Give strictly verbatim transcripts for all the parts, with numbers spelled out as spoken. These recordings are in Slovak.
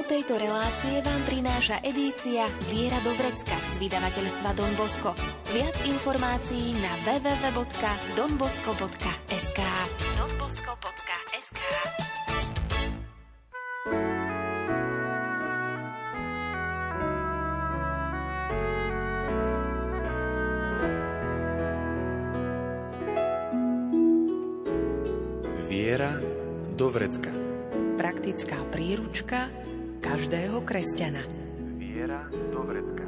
tejto relácie vám prináša edícia Viera do vrecka z vydavateľstva Don Bosco. Viac informácií na w w w bodka don bosco bodka es ká. don bosco bodka es ká. Viera do vrecka. Praktická príručka každého kresťana. Viera do vrecka.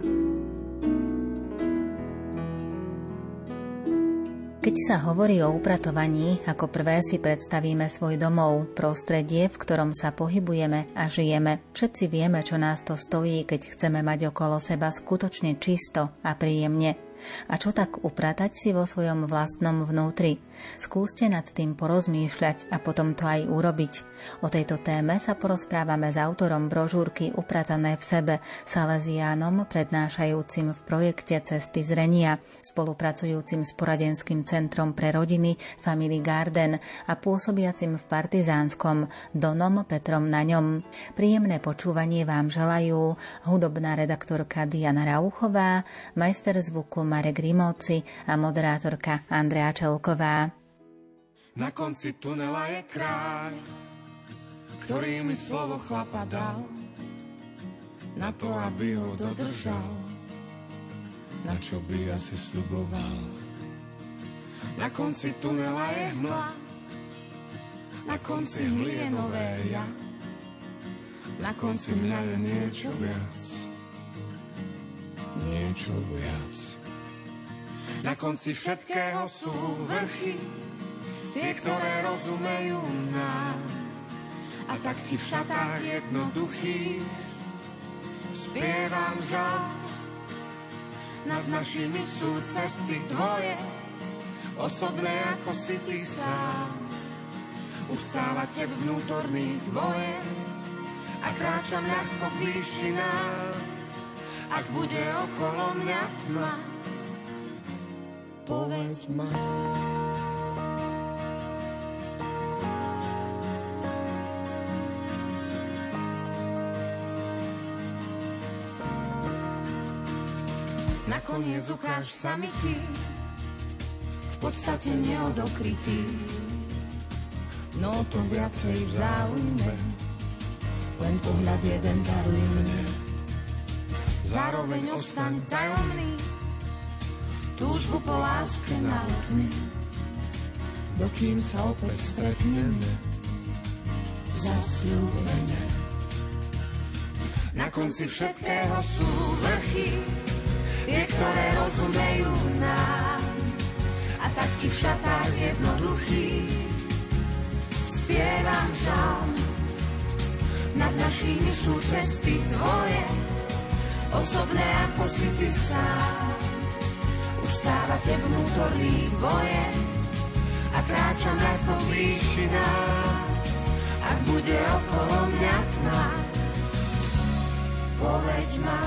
Keď sa hovorí o upratovaní, ako prvé si predstavíme svoj domov, prostredie, v ktorom sa pohybujeme a žijeme. Všetci vieme, čo nás to stojí, keď chceme mať okolo seba skutočne čisto a príjemne. A čo tak upratať si vo svojom vlastnom vnútri? Skúste nad tým porozmýšľať a potom to aj urobiť. O tejto téme sa porozprávame s autorom brožúrky Upratané v sebe, Salesiánom, prednášajúcim v projekte Cesty zrenia, spolupracujúcim s poradenským centrom pre rodiny Family Garden a pôsobiacim v Partizánskom Donom Petrom Naňom. Príjemné počúvanie vám želajú hudobná redaktorka Diana Rauchová, majster zvuku Marek Rimóci a moderátorka Andrea Čelková. Na konci tunela je kráľ, ktorý mi slovo chlapa dal, na to, aby ho dodržal, na čo by asi sľuboval. Na konci tunela je hmla, na konci hmly je nové ja, na konci mňa je niečo viac, niečo viac. Na konci všetkého sú vrchy, tie, ktoré rozumejú nám. A tak ti v šatách jednoduchých spievam žal. Nad našimi sú cesty tvoje, osobné ako si ty sám. Ustávate vnútorných vojen a kráčam ľahko k výšinám. Ak bude okolo mňa tma, povedz ma. Nakoniec ukáž sa mi ty, v podstate neodokrytý, no to viacej v záujme, len pohľad jeden daruj mne. Zároveň ostaň tajomný, túžbu po láske naľud mi, dokým sa opäť stretneme, zasľúbene. Na konci všetkého sú vrchy, tie, ktoré rozumejú nám. A tak ti v šatách jednoduchých spievam žal. Nad našimi sú cesty tvoje, osobné ako si ty sám. Ustávate vnútorných vojen a kráčam ľahko k výšinám. Ak bude okolo mňa tma, povedz ma.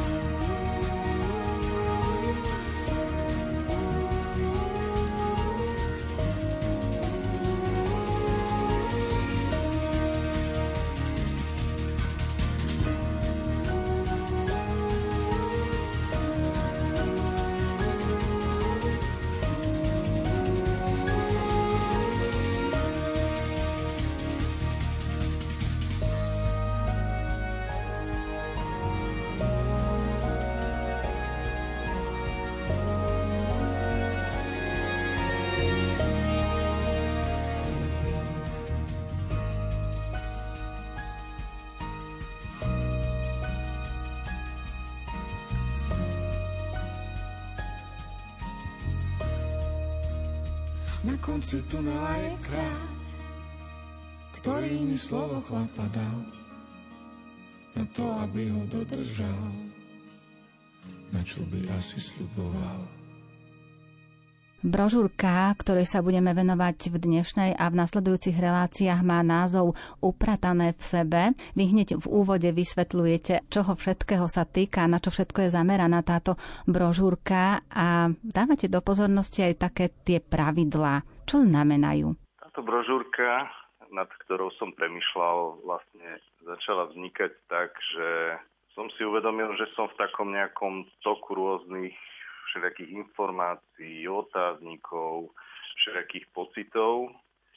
Na konci tunela je kráľ, ktorý mi slovo chlapa dal, na to, aby ho dodržal, na čo by asi sľuboval. Brožúrka, ktorej sa budeme venovať v dnešnej a v nasledujúcich reláciách, má názov Upratané v sebe. Vy hneď v úvode vysvetľujete, čoho všetkého sa týka, na čo všetko je zameraná táto brožúrka a dávate do pozornosti aj také tie pravidlá. Čo znamenajú? Táto brožúrka nad ktorou som premýšľal, vlastne začala vznikať tak, že som si uvedomil, že som v takom nejakom toku rôznych všelijakých informácií, otáznikov, všelijakých pocitov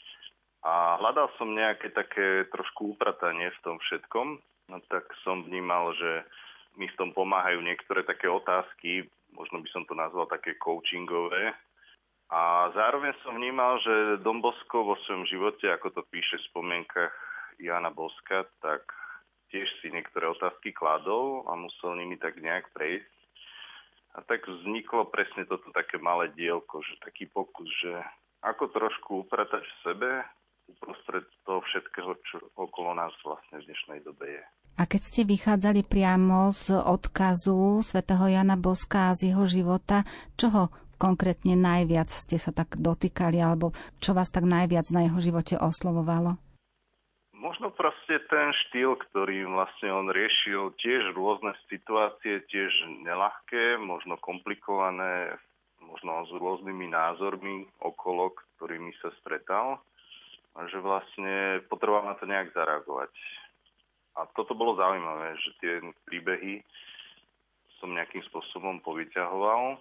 a hľadal som nejaké také trošku upratanie v tom všetkom. No tak som vnímal, že mi v tom pomáhajú niektoré také otázky, možno by som to nazval také coachingové. A zároveň som vnímal, že Don Bosco vo svojom živote, ako to píše v spomienkach Jána Boska, tak tiež si niektoré otázky kladol a musel nimi tak nejak prejsť. A tak vzniklo presne toto také malé dielko, že taký pokus, že ako trošku upratať v sebe uprostred toho všetkého, čo okolo nás vlastne v dnešnej dobe je. A keď ste vychádzali priamo z odkazu svätého Jána Boska a z jeho života, čoho konkrétne najviac ste sa tak dotýkali, alebo čo vás tak najviac na jeho živote oslovovalo? Možno proste ten štýl, ktorým vlastne on riešil tiež rôzne situácie, tiež neľahké, možno komplikované, možno s rôznymi názormi okolo, ktorými sa stretal. A že vlastne potreboval na to nejak zareagovať. A toto bolo zaujímavé, že tie príbehy som nejakým spôsobom povyťahoval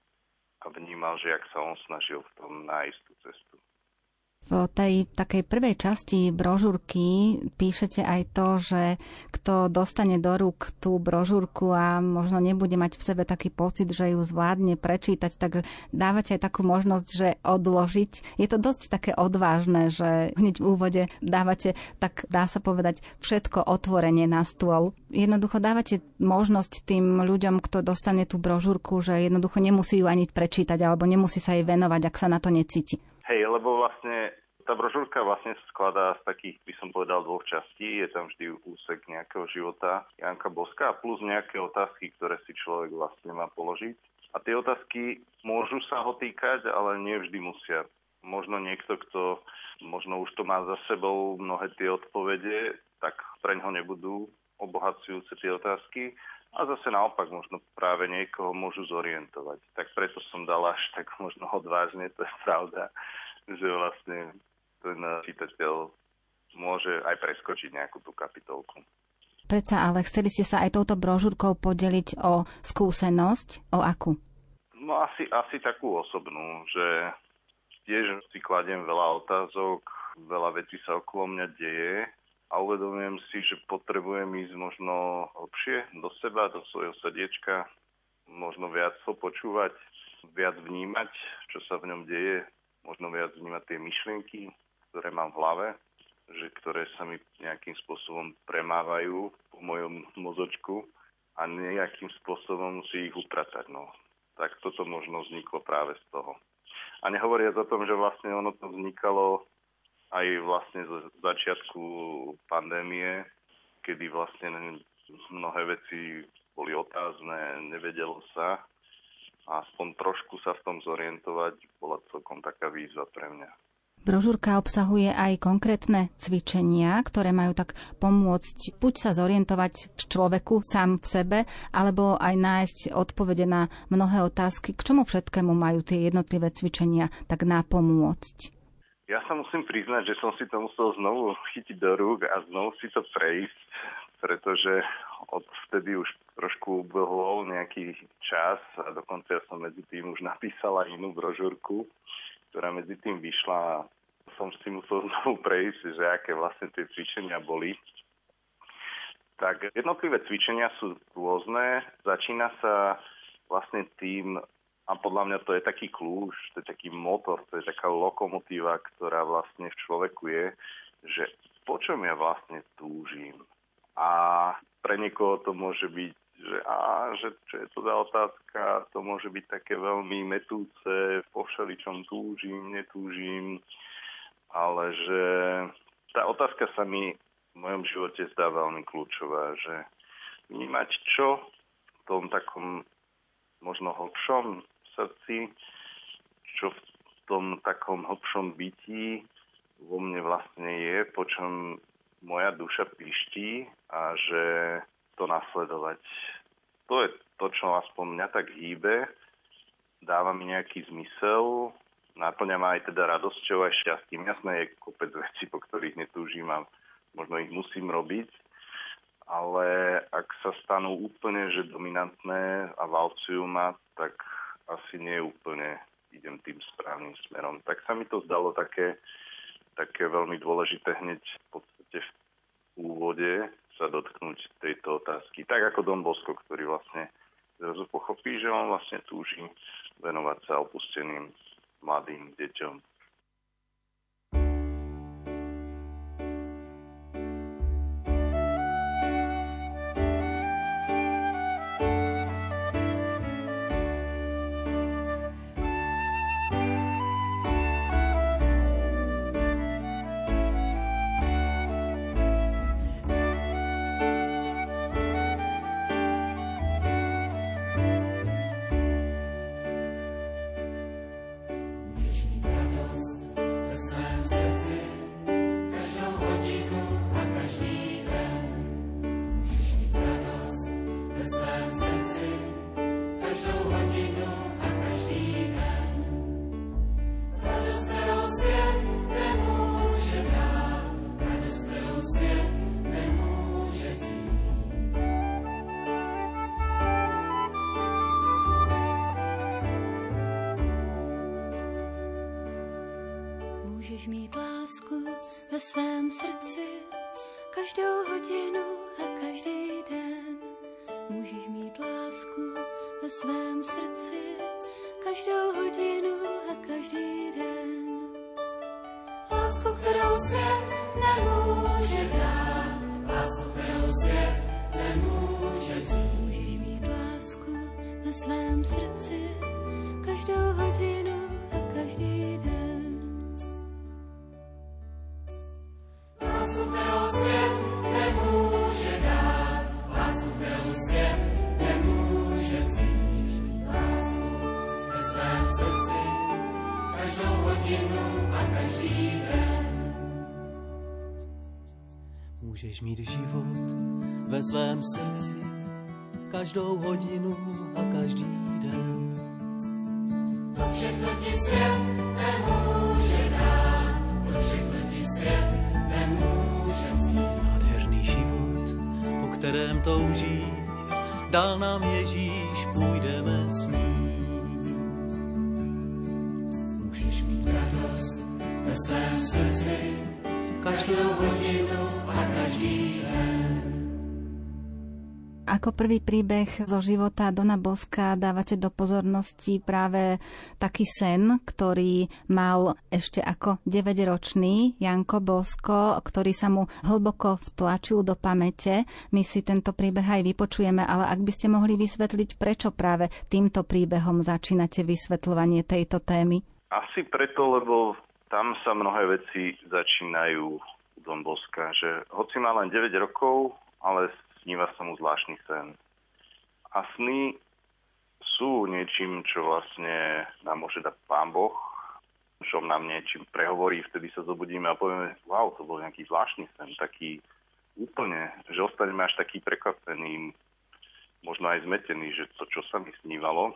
a vnímal, že jak sa on snažil v tom nájsť tú cestu. V tej takej prvej časti brožúrky píšete aj to, že kto dostane do rúk tú brožúrku a možno nebude mať v sebe taký pocit, že ju zvládne prečítať, tak dávate aj takú možnosť, že odložiť. Je to dosť také odvážne, že hneď v úvode dávate, tak dá sa povedať, všetko otvorenie na stôl. Jednoducho dávate možnosť tým ľuďom, kto dostane tú brožúrku, že jednoducho nemusí ju ani prečítať alebo nemusí sa jej venovať, ak sa na to necíti. Hej, lebo vlastne tá brožúrka vlastne sa skladá z takých, by som povedal, dvoch častí. Je tam vždy úsek nejakého života Jánka Boska a plus nejaké otázky, ktoré si človek vlastne má položiť. A tie otázky môžu sa ho týkať, ale nie vždy musia. Možno niekto, kto možno už to má za sebou mnohé tie odpovede, tak preňho nebudú obohacujúce tie otázky. A zase naopak možno práve niekoho môžu zorientovať. Tak preto som dal až tak možno odvážne, to je pravda, že vlastne ten čitateľ môže aj preskočiť nejakú tú kapitolku. Predsa ale chceli ste sa aj touto brožúrkou podeliť o skúsenosť, o akú? No asi, asi takú osobnú, že tiež si kladiem veľa otázok, veľa vecí sa okolo mňa deje, a uvedomujem si, že potrebujem ísť možno hlbšie do seba, do svojho srdiečka, možno viac ho počúvať, viac vnímať, čo sa v ňom deje, možno viac vnímať tie myšlienky, ktoré mám v hlave, že ktoré sa mi nejakým spôsobom premávajú po mojom mozočku a nejakým spôsobom si ich upratať. No. Tak toto možno vzniklo práve z toho. A nehovoriac o tom, že vlastne ono to vznikalo aj vlastne z začiatku pandémie, kedy vlastne mnohé veci boli otázne, nevedelo sa. A aspoň trošku sa v tom zorientovať bola celkom taká výzva pre mňa. Brožúrka obsahuje aj konkrétne cvičenia, ktoré majú tak pomôcť buď sa zorientovať v človeku sám v sebe, alebo aj nájsť odpovede na mnohé otázky. K čomu všetkému majú tie jednotlivé cvičenia tak napomôcť? Ja sa musím priznať, že som si to musel znovu chytiť do rúk a znovu si to prejsť, pretože od vtedy už trošku ubehol nejaký čas a dokonca ja som medzi tým už napísala inú brožúrku, ktorá medzi tým vyšla a som si musel znovu prejsť, že aké vlastne tie cvičenia boli. Tak jednotlivé cvičenia sú rôzne. Začína sa vlastne tým, a podľa mňa to je taký kľúč, to je taký motor, to je taká lokomotíva, ktorá vlastne v človeku je, že po čom ja vlastne túžim. A pre niekoho to môže byť, že, á, že čo je to za otázka, to môže byť také veľmi metúce, po všeličom túžim, netúžim, ale že tá otázka sa mi v mojom živote zdá veľmi kľúčová, že vnímať, čo v tom takom možno hlbšom srdci, čo v tom takom hlbšom bytí vo mne vlastne je, po čom moja duša píšti a že to nasledovať. To je to, čo aspoň mňa tak hýbe, dáva mi nejaký zmysel, náplňa ma aj teda radosťou a šťastím. Jasné je kopec vecí, po ktorých netúžim a možno ich musím robiť, ale ak sa stanú úplne že dominantné a valcujú ma, tak asi nie úplne idem tým správnym smerom. Tak sa mi to zdalo také, také veľmi dôležité hneď v podstate v úvode sa dotknúť tejto otázky. Tak ako Don Bosco, ktorý vlastne zrazu pochopí, že on vlastne túži venovať sa opusteným mladým deťom. Můžeš mít lásku ve svém srdci každou hodinu a každý den. Můžeš mít lásku ve svém srdci každou hodinu a každý den. Lásku, kterou svět nemůže dát, lásku, kterou svět nemůže vzít. Můžeš mít lásku ve svém srdci každou hodinu a každý den. Lásku, kterou svět nemůže dát, lásku, kterou svět nemůže vzít. Můžeš mít lásku ve svém srdci každou hodinu a každý den. Můžeš mít život ve svém srdci každou hodinu a každý den. To všechno ti svět nemůže dát, to všechno ti svět nemůže vzít. Nádherný život, po kterém toužíš, dal nám Ježíš, půjdeme s ním. Můžeš mít radost ve svém srdci každou hodinu a každý den. Ako prvý príbeh zo života Dona Boska dávate do pozornosti práve taký sen, ktorý mal ešte ako deväťročný Janko Bosko, ktorý sa mu hlboko vtlačil do pamäte. My si tento príbeh aj vypočujeme, ale ak by ste mohli vysvetliť, prečo práve týmto príbehom začínate vysvetľovanie tejto témy? Asi preto, lebo tam sa mnohé veci začínajú u Don Boska, že hoci má len deväť rokov, ale sníva sa mu zvláštny sen. A sny sú niečím, čo vlastne nám môže dať Pán Boh, čo nám niečím prehovorí, vtedy sa zobudíme a povieme, wow, to bol nejaký zvláštny sen, taký úplne, že ostaneme až taký prekvapený, možno aj zmetený, že to, čo sa mi snívalo.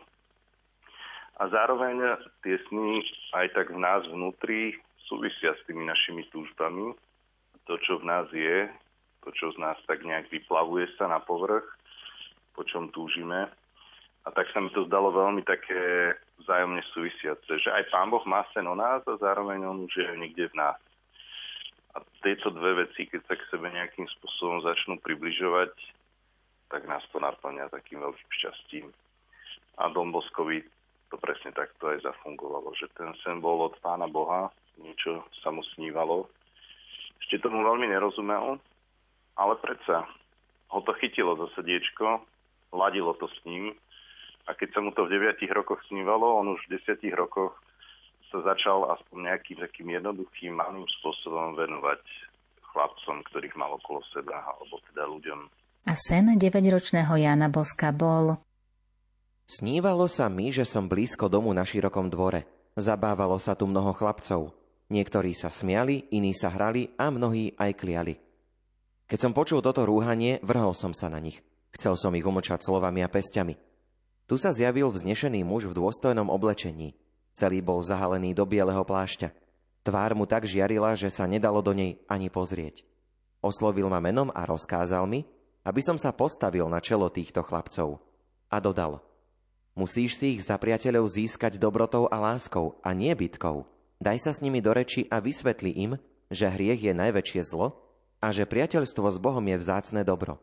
A zároveň tie sny aj tak v nás vnútri súvisia s tými našimi túžbami. To, čo v nás je, to, čo z nás tak nejak vyplavuje sa na povrch, po čom túžime. A tak sa mi to zdalo veľmi také vzájomne súvisiace, že aj Pán Boh má sen o nás a zároveň on už je niekde v nás. A tieto dve veci, keď sa k sebe nejakým spôsobom začnú približovať, tak nás to naplňa takým veľkým šťastím. A Don Boskovi to presne takto aj zafungovalo, že ten sen bol od Pána Boha, niečo sa mu snívalo. Ešte tomu veľmi nerozumel, ale predsa ho to chytilo za srdiečko, ladilo to s ním a keď sa mu to v deviatich rokoch snívalo, on už v desiatich rokoch sa začal aspoň nejakým takým jednoduchým, malým spôsobom venovať chlapcom, ktorých mal okolo seba, alebo teda ľuďom. A sen deväťročného Jána Boska bol: Snívalo sa mi, že som blízko domu na širokom dvore. Zabávalo sa tu mnoho chlapcov. Niektorí sa smiali, iní sa hrali a mnohí aj kliali. Keď som počul toto rúhanie, vrhol som sa na nich. Chcel som ich umlčať slovami a pesťami. Tu sa zjavil vznešený muž v dôstojnom oblečení. Celý bol zahalený do bieleho plášťa. Tvár mu tak žiarila, že sa nedalo do nej ani pozrieť. Oslovil ma menom a rozkázal mi, aby som sa postavil na čelo týchto chlapcov. A dodal: musíš si ich za priateľov získať dobrotou a láskou, a nie bitkou. Daj sa s nimi do reči a vysvetli im, že hriech je najväčšie zlo a že priateľstvo s Bohom je vzácne dobro.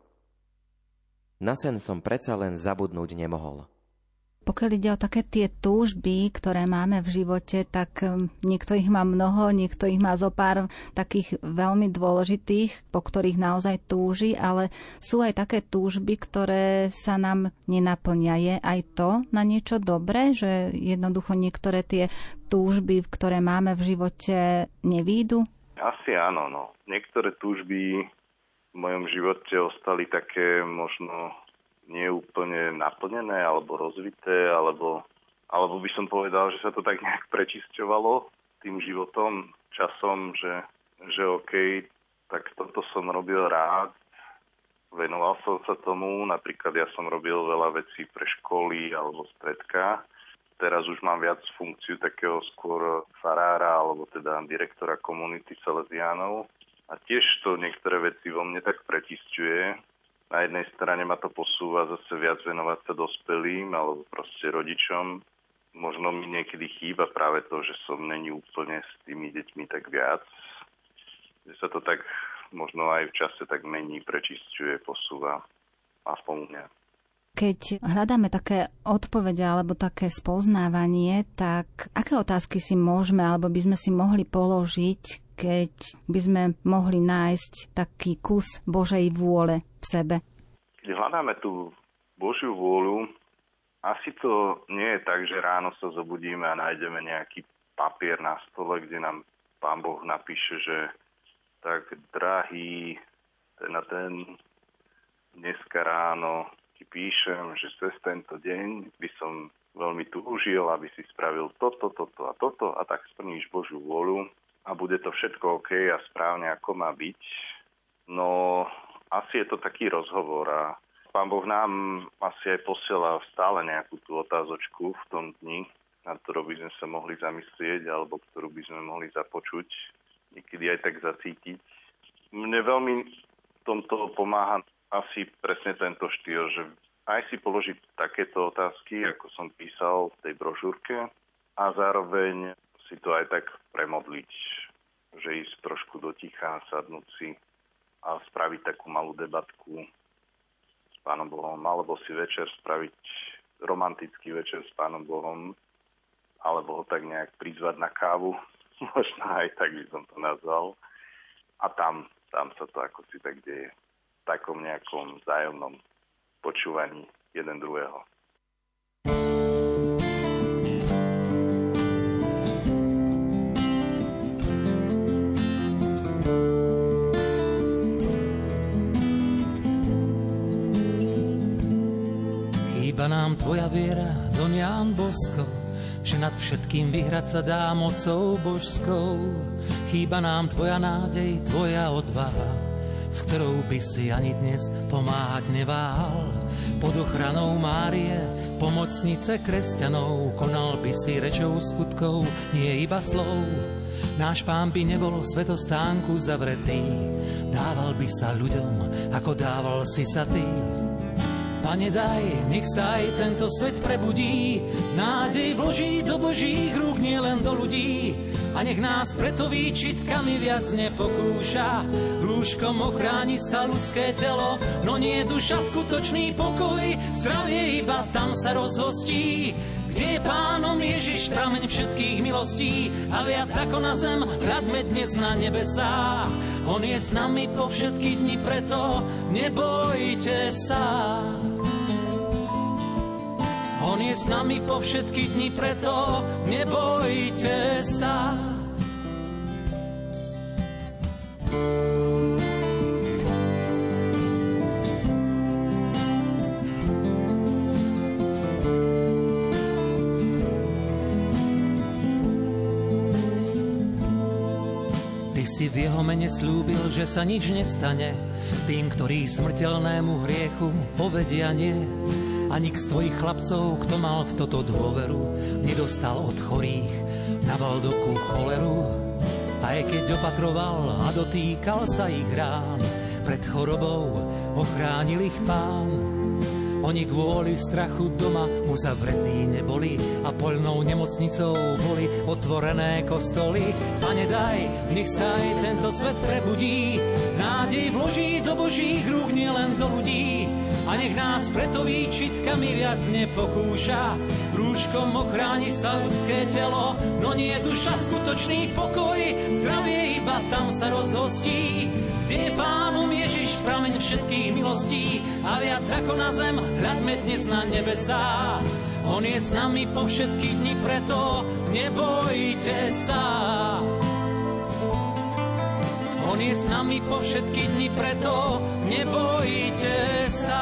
Na sen som predsa len zabudnúť nemohol. Pokiaľ ide o také tie túžby, ktoré máme v živote, tak niekto ich má mnoho, niekto ich má zo pár takých veľmi dôležitých, po ktorých naozaj túži, ale sú aj také túžby, ktoré sa nám nenaplnia. Je aj to na niečo dobré, že jednoducho niektoré tie túžby, ktoré máme v živote, nevídu? Asi áno, no. Niektoré túžby v mojom živote ostali také možno nie úplne naplnené alebo rozvité, alebo, alebo by som povedal, že sa to tak nejak prečisťovalo tým životom, časom, že, že OK, tak toto som robil rád, venoval som sa tomu, napríklad ja som robil veľa vecí pre školy alebo stredka. Teraz už mám viac funkciu takého skôr farára alebo teda direktora komunity Salesiánov a tiež to niektoré veci vo mne tak prečisťuje. Na jednej strane ma to posúva zase viac venovať sa dospelým alebo proste rodičom. Možno mi niekedy chýba práve to, že som není úplne s tými deťmi tak viac. Že sa to tak možno aj v čase tak mení, prečisťuje, posúva. Aspoň mňa. Keď hľadáme také odpovede alebo také spoznávanie, tak aké otázky si môžeme alebo by sme si mohli položiť, keď by sme mohli nájsť taký kus Božej vôle v sebe? Keď hľadáme tú Božiu vôľu, asi to nie je tak, že ráno sa zobudíme a nájdeme nejaký papier na stole, kde nám Pán Boh napíše, že tak drahý, ten a ten, dneska ráno ti píšem, že cez tento deň by som veľmi túžil, aby si spravil toto, toto a toto a tak splníš Božiu vôľu. A bude to všetko OK a správne, ako má byť. No, asi je to taký rozhovor a Pán Boh nám asi aj posiela stále nejakú tú otázočku v tom dni, na ktorú by sme sa mohli zamyslieť alebo ktorú by sme mohli započuť, niekedy aj tak zacítiť. Mne veľmi v tomto pomáha asi presne tento štýl, že aj si položiť takéto otázky, ako som písal v tej brožúrke a zároveň si to aj tak premodliť, že ísť trošku do ticha, sadnúť si a spraviť takú malú debatku s Pánom Bohom, alebo si večer spraviť romantický večer s Pánom Bohom, alebo ho tak nejak prizvať na kávu, možno aj tak by som to nazval. A tam, tam sa to ako si tak deje, v takom nejakom vzájomnom počúvaní jeden druhého. Chýba nám tvoja viera, Don Ján Bosko, že nad všetkým vyhrať sa dá mocou božskou. Chýba nám tvoja nádej, tvoja odvaha, s ktorou by si ani dnes pomáhať neváhal. Pod ochranou Márie, pomocnice kresťanov, konal by si rečou skutkov, nie iba slov. Náš Pán by nebol v svetostánku zavretý, dával by sa ľuďom, ako dával si sa ty. Pane, daj, nech sa aj tento svet prebudí, nádej vloží do Božích rúk, nie len do ľudí. A nech nás preto výčitkami viac nepokúša, rúškom ochráni sa ľudské telo, no nie duša, skutočný pokoj, zdravie iba tam sa rozhostí. Kde je Pánom Ježiš, prameň všetkých milostí, a viac ako na zem, hľadme dnes na nebesá. On je s nami po všetky dni, preto nebojte sa. On je s nami po všetky dni, preto nebojte sa. Ty si v jeho mene slúbil, že sa nič nestane tým, ktorí smrteľnému hriechu povedia nie. A nik z tvojich chlapcov, kto mal v toto dôveru, nedostal od chorých na Valdoku choleru. Aj keď opatroval a dotýkal sa ich rán, pred chorobou ochránil ich Pán. Oni kvôli strachu doma uzavretí neboli a poľnou nemocnicou boli otvorené kostoly. Pane daj, nech sa aj tento svet prebudí, nádej vloží do Božích rúk, nielen do ľudí. A nech nás preto výčitkami viac nepokúša, rúškom ochráni sa ľudské telo, no nie duša, skutočný pokoj, zdravie iba tam sa rozhostí, kde je Pánom Ježiš prameň všetkých milostí. A viac ako na zem hľadme dnes na nebesá, on je s nami po všetky dni, preto nebojte sa. On je s nami po všetky dni, preto nebojte sa.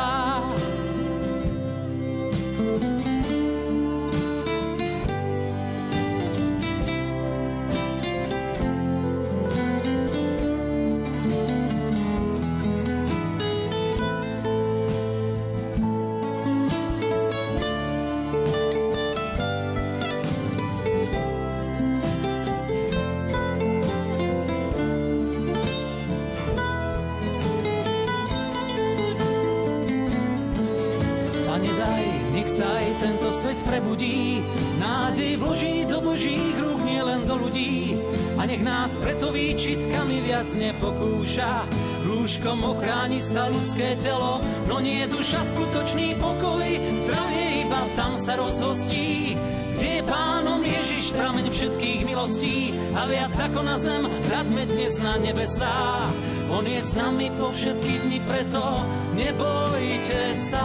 Svet prebudí, nádej vloží do Božích rúk, nielen do ľudí. A nech nás preto výčitkami viac nepokúša, rúškom ochráni sa ľudské telo, no nie duša, skutočný pokoj, zdravie iba tam sa rozhostí, kde je Pánom Ježiš prameň všetkých milostí. A viac ako na zem hľadme dnes na nebesá, on je s nami po všetky dni, preto nebojte sa.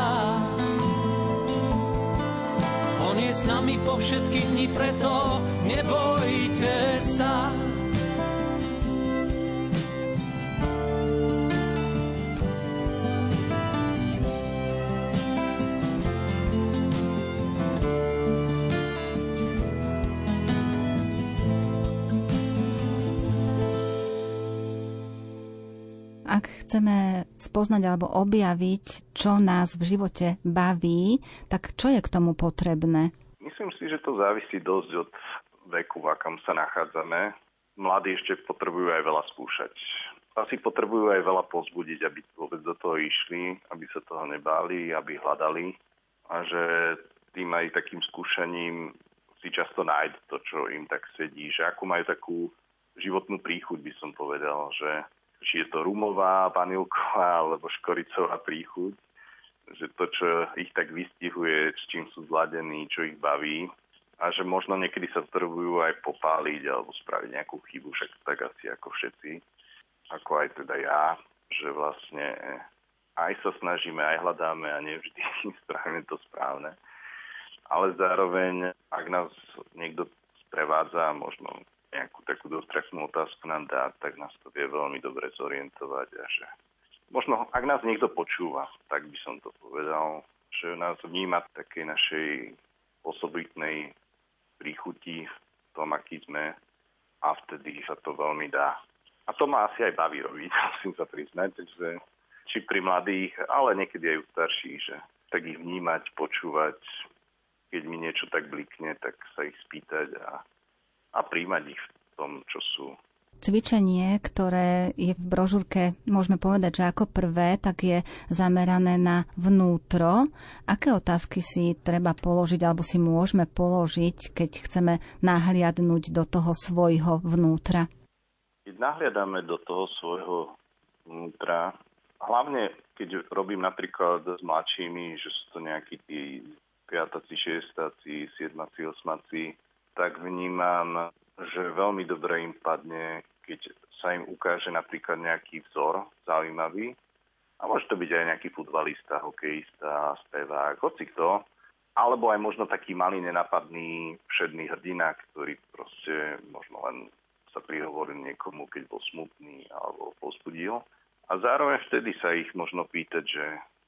On je s nami po všetky dni, preto nebojte sa. Ak chceme spoznať alebo objaviť, čo nás v živote baví, tak čo je k tomu potrebné? Myslím si, že to závisí dosť od veku, v akom sa nachádzame. Mladí ešte potrebujú aj veľa skúšať. Asi potrebujú aj veľa povzbudiť, aby vôbec do toho išli, aby sa toho nebáli, aby hľadali. A že tým aj takým skúšaním si často nájdu to, čo im tak sedí. Že ako majú takú životnú príchuť, by som povedal, že či je to rumová, vanilková alebo škoricová príchuť, že to, čo ich tak vystihuje, s čím sú zladení, čo ich baví, a že možno niekedy sa potrebujú aj popáliť alebo spraviť nejakú chybu, však tak asi ako všetci, ako aj teda ja, že vlastne aj sa snažíme, aj hľadáme a nevždy spravíme to správne. Ale zároveň, ak nás niekto sprevádza, možno nejakú takú dostrašnú otázku nám dá, tak nás to vie veľmi dobre zorientovať a že možno, ak nás niekto počúva, tak by som to povedal, že nás vníma v takej našej osobitnej príchuti v tom, aký sme, a vtedy sa to veľmi dá. A to ma asi aj baví robiť, musím sa priznať, že či pri mladých, ale niekedy aj u starších, že tak ich vnímať, počúvať, keď mi niečo tak blikne, tak sa ich spýtať a a príjmať ich v tom, čo sú. Cvičenie, ktoré je v brožúrke, môžeme povedať, že ako prvé, tak je zamerané na vnútro. Aké otázky si treba položiť, alebo si môžeme položiť, keď chceme nahliadnúť do toho svojho vnútra? Keď nahliadame do toho svojho vnútra, hlavne keď robím napríklad s mladšími, že sú to nejakí tí piatáci, šiestáci, siedmaci, osmaci, tak vnímam, že veľmi dobre im padne, keď sa im ukáže napríklad nejaký vzor zaujímavý. A môže to byť aj nejaký futbalista, hokejista, spevák, hoci kto. Alebo aj možno taký malý nenapadný všedný hrdina, ktorý proste možno len sa prihovoril niekomu, keď bol smutný alebo povzbudil. A zároveň vtedy sa ich možno pýtať, že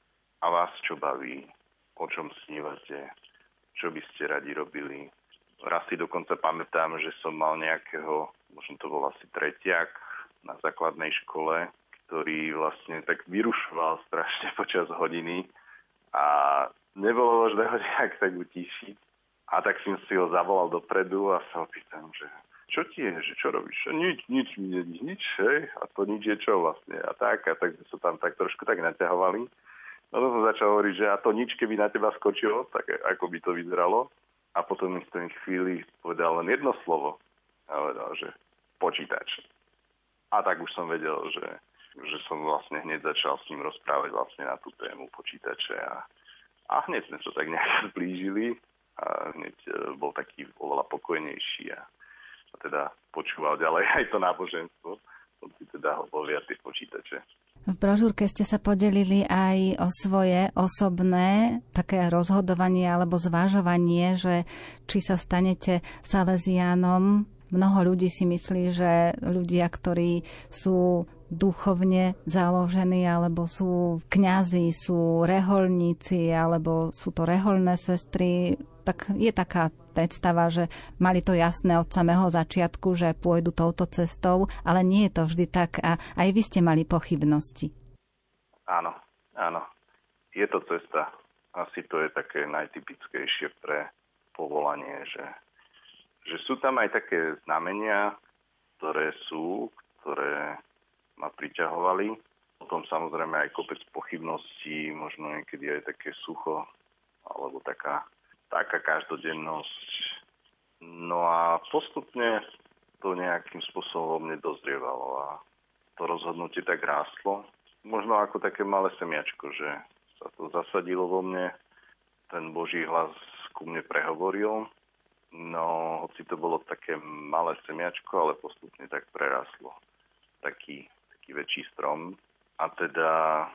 a vás čo baví, o čom snívate, čo by ste radi robili. Raz si dokonca pamätám, že som mal nejakého, možno to bol asi tretiak na základnej škole, ktorý vlastne tak vyrušoval strašne počas hodiny a nebolo možné ho nejak tak utišiť. A tak som si ho zavolal dopredu a sa opýtam, že čo ti je, že čo robíš? Nič, nič mi nie, nič, hej? A to nič je čo vlastne? A tak, a tak sa tam tak trošku tak naťahovali. No to som začal hovoriť, že a to nič, keby na teba skočilo, tak ako by to vyzeralo. A potom mi v tej chvíli povedal len jedno slovo. A povedal, že počítač. A tak už som vedel, že, že som vlastne hneď začal s ním rozprávať vlastne na tú tému počítače. A, a hneď sme sa tak nejak zblížili. A hneď bol taký oveľa pokojnejší a, a teda počúval ďalej aj to náboženstvo. On si teda hovoria tie počítače. V brožúrke ste sa podelili aj o svoje osobné také rozhodovanie alebo zvažovanie, že či sa stanete Salesiánom. Mnoho ľudí si myslí, že ľudia, ktorí sú duchovne založení, alebo sú kňazi, sú reholníci, alebo sú to reholné sestry, tak je taká predstava, že mali to jasné od samého začiatku, že pôjdu touto cestou, ale nie je to vždy tak a aj vy ste mali pochybnosti. Áno, áno. Je to cesta. Asi to je také najtypickejšie pre povolanie, že, že sú tam aj také znamenia, ktoré sú, ktoré ma priťahovali. Potom samozrejme aj kopec pochybností, možno niekedy aj také sucho, alebo taká taká každodennosť. No a postupne to nejakým spôsobom nedozrievalo a to rozhodnutie tak rástlo. Možno ako také malé semiačko, že sa to zasadilo vo mne, ten Boží hlas ku mne prehovoril. No, hoci to bolo také malé semiačko, ale postupne tak prerastlo. Taký, taký väčší strom. A teda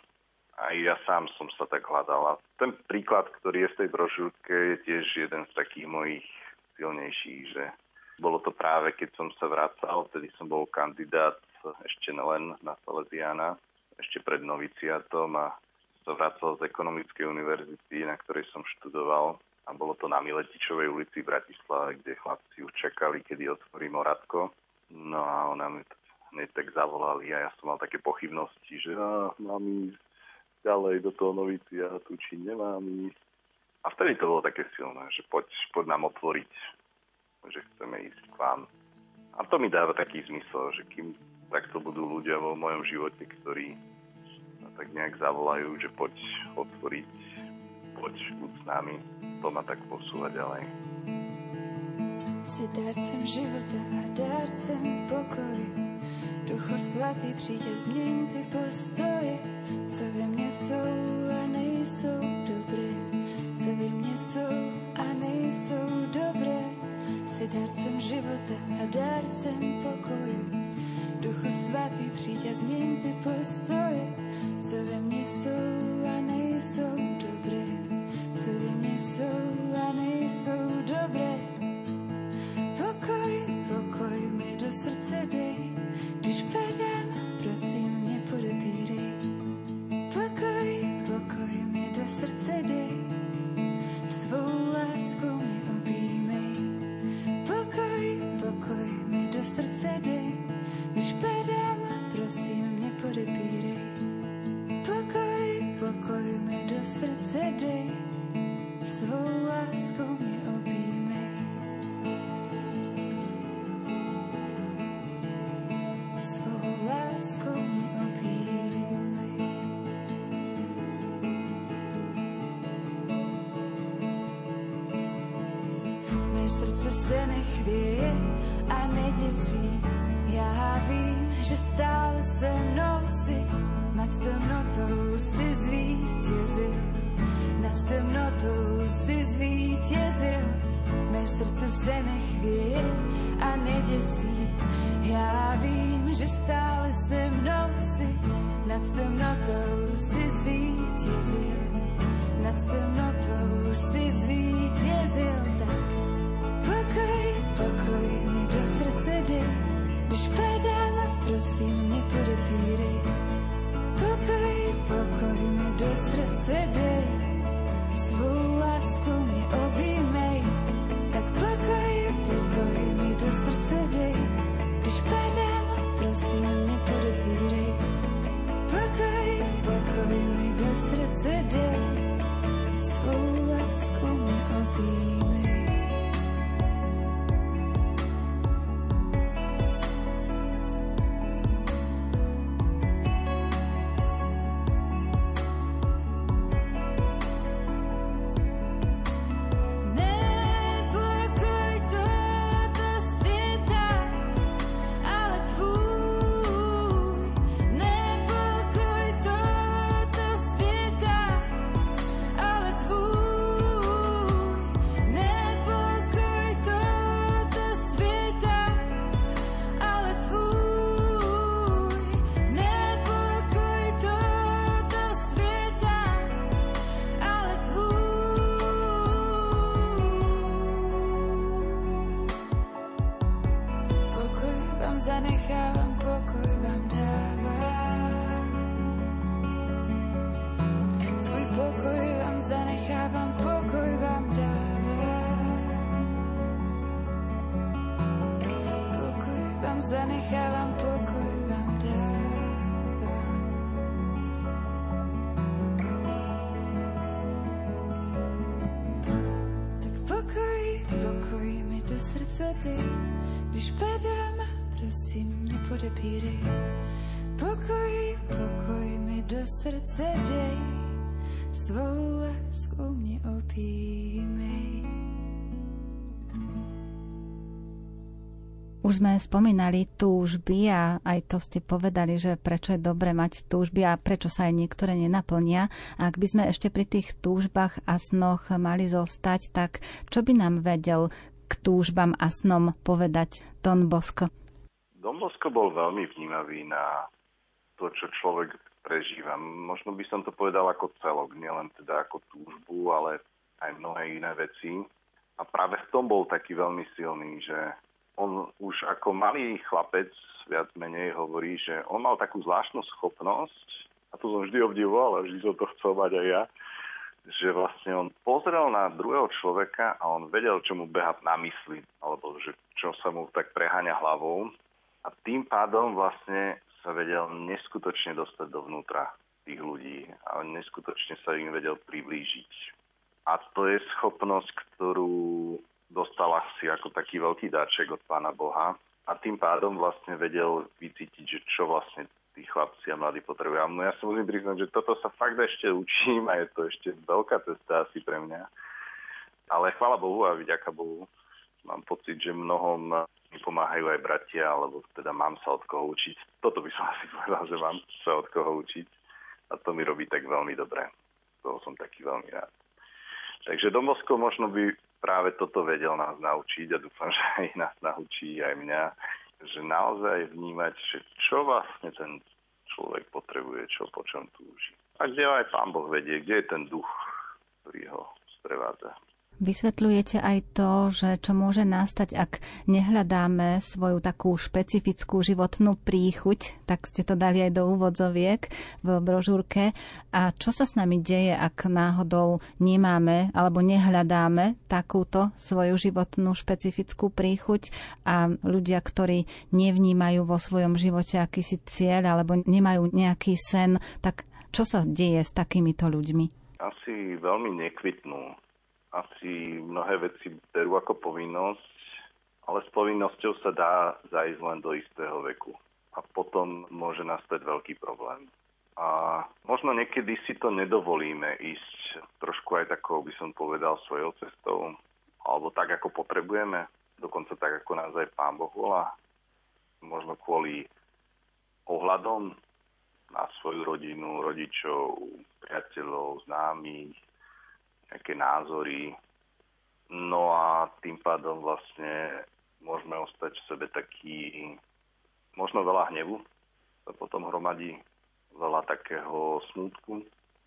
aj ja sám som sa tak hľadal. A ten príklad, ktorý je v tej brožúrke, je tiež jeden z takých mojich silnejších, že bolo to práve, keď som sa vracal, vtedy som bol kandidát ešte len na Salesiána, ešte pred noviciátom a sa vracal z Ekonomickej univerzity, na ktorej som študoval. A bolo to na Miletičovej ulici v Bratislave, kde chlapci už čakali, kedy otvorí Moratko. No a ona mi hneď tak zavolali a ja som mal také pochybnosti, že á, mám ísť ďalej do toho noviciátu, či nemám ísť. A vtedy to bolo také silné, že poď, poď nám otvoriť, že chceme ísť k vám. A to mi dáva taký zmysel, že kým takto budú ľudia vo mojom živote, ktorí tak nejak zavolajú, že poď otvoriť, poď, buď s nami, to ma tak posúva ďalej. Si dárcem života a dárcem pokoji, Ducho Svatý, přijď a změň ty postoje, co ve mně jsou a nejsou dobré, co ve mně jsou a nejsou dobré. Si dárcem života a dárcem pokoje, Ducho Svatý, přijď a změň ty postoje, co ve mně jsou a nejsou dobré, co ve mně jsou a nejsou dobré. Pokoj, pokoj mi do srdce dej, když padám, prosím mě podepírej. Pokoj, pokoj mi do srdce dej, svou láskou mě objímej. Pokoj, pokoj mi do srdce dej, když padám, prosím mě podepírej. Pokoj, pokoj mi do srdce dej, svou láskou mě objímej. Svou láskou mě objímej. Mé srdce se nechvěje a neděsí, já vím, že stále se mnou si, nad temnotou si zvítězil, nad temnotou si zvítězil. Mé srdce se nechvěje a neděsí, já vím, že stále se mnou si, nad temnotou si zvítězil, nad temnotou si zvítězil. Tak pokoj, pokoj mi do srdce dej, když padám a prosím mě podepírej. Pokoj, pokoj mi do srdce dej, svou láskou mě objímej. Tak pokoj, pokoj mi do srdce dej, když padám, prosím mě podepírej. Pokoj, pokoj mi do srdce dej, svou svůj pokoj vám zanechávám, pokoj vám dávám. Pokoj vám zanechávám, pokoj vám dávám. Tak pokoj, pokoj mi do srdce dej, když padám, prosím, nepodepírej. Pokoj, pokoj mi do srdce dej, svou lásku mě opíjmej. Už sme spomínali túžby a aj to ste povedali, že prečo je dobre mať túžby a prečo sa aj niektoré nenaplnia. A ak by sme ešte pri tých túžbách a snoch mali zostať, tak čo by nám vedel k túžbám a snom povedať Don Bosco? Don Bosco bol veľmi vnímavý na to, čo človek prežíva. Možno by som to povedal ako celok, nielen teda ako túžbu, ale aj mnohé iné veci. A práve v tom bol taký veľmi silný, že on už ako malý chlapec viac menej hovorí, že on mal takú zvláštnu schopnosť, a to som vždy obdivoval, a vždy som to chcel mať aj ja, že vlastne on pozrel na druhého človeka a on vedel, čo mu beha na mysli, alebo že čo sa mu tak preháňa hlavou. A tým pádom vlastne sa vedel neskutočne dostať dovnútra tých ľudí a neskutočne sa im vedel priblížiť. A to je schopnosť, ktorú dostala si ako taký veľký dáček od Pána Boha a tým pádom vlastne vedel vycítiť, že čo vlastne tí chlapci a mladí potrebujú. No ja sa musím priznať, že toto sa fakt ešte učím a je to ešte veľká cesta asi pre mňa. Ale chvála Bohu a vďaka Bohu mám pocit, že mnohom mi pomáhajú aj bratia, alebo teda mám sa od koho učiť. Toto by som asi povedal, že mám sa od koho učiť. A to mi robí tak veľmi dobre. Toho som taký veľmi rád. Takže Don Bosco možno by práve toto vedel nás naučiť a dúfam, že aj nás naučí, aj mňa, že naozaj vnímať, že čo vlastne ten človek potrebuje, čo po čom túži. A kde aj Pán Boh vedie, kde je ten duch, ktorý ho sprevádza. Vysvetľujete aj to, že čo môže nastať, ak nehľadáme svoju takú špecifickú životnú príchuť, tak ste to dali aj do úvodzoviek v brožúrke. A čo sa s nami deje, ak náhodou nemáme alebo nehľadáme takúto svoju životnú špecifickú príchuť a ľudia, ktorí nevnímajú vo svojom živote akýsi cieľ alebo nemajú nejaký sen, tak čo sa deje s takýmito ľuďmi? Asi veľmi nekvitnú. Asi mnohé veci berú ako povinnosť, ale s povinnosťou sa dá zajsť len do istého veku. A potom môže nastať veľký problém. A možno niekedy si to nedovolíme ísť trošku aj takou, by som povedal, svojou cestou, alebo tak, ako potrebujeme, dokonca tak, ako nás aj Pán Boh volá. Možno kvôli ohľadom na svoju rodinu, rodičov, priateľov, známych, nejaké názory. No a tým pádom vlastne môžeme ostať v sebe taký, možno veľa hnevu, sa potom hromadí veľa takého smútku.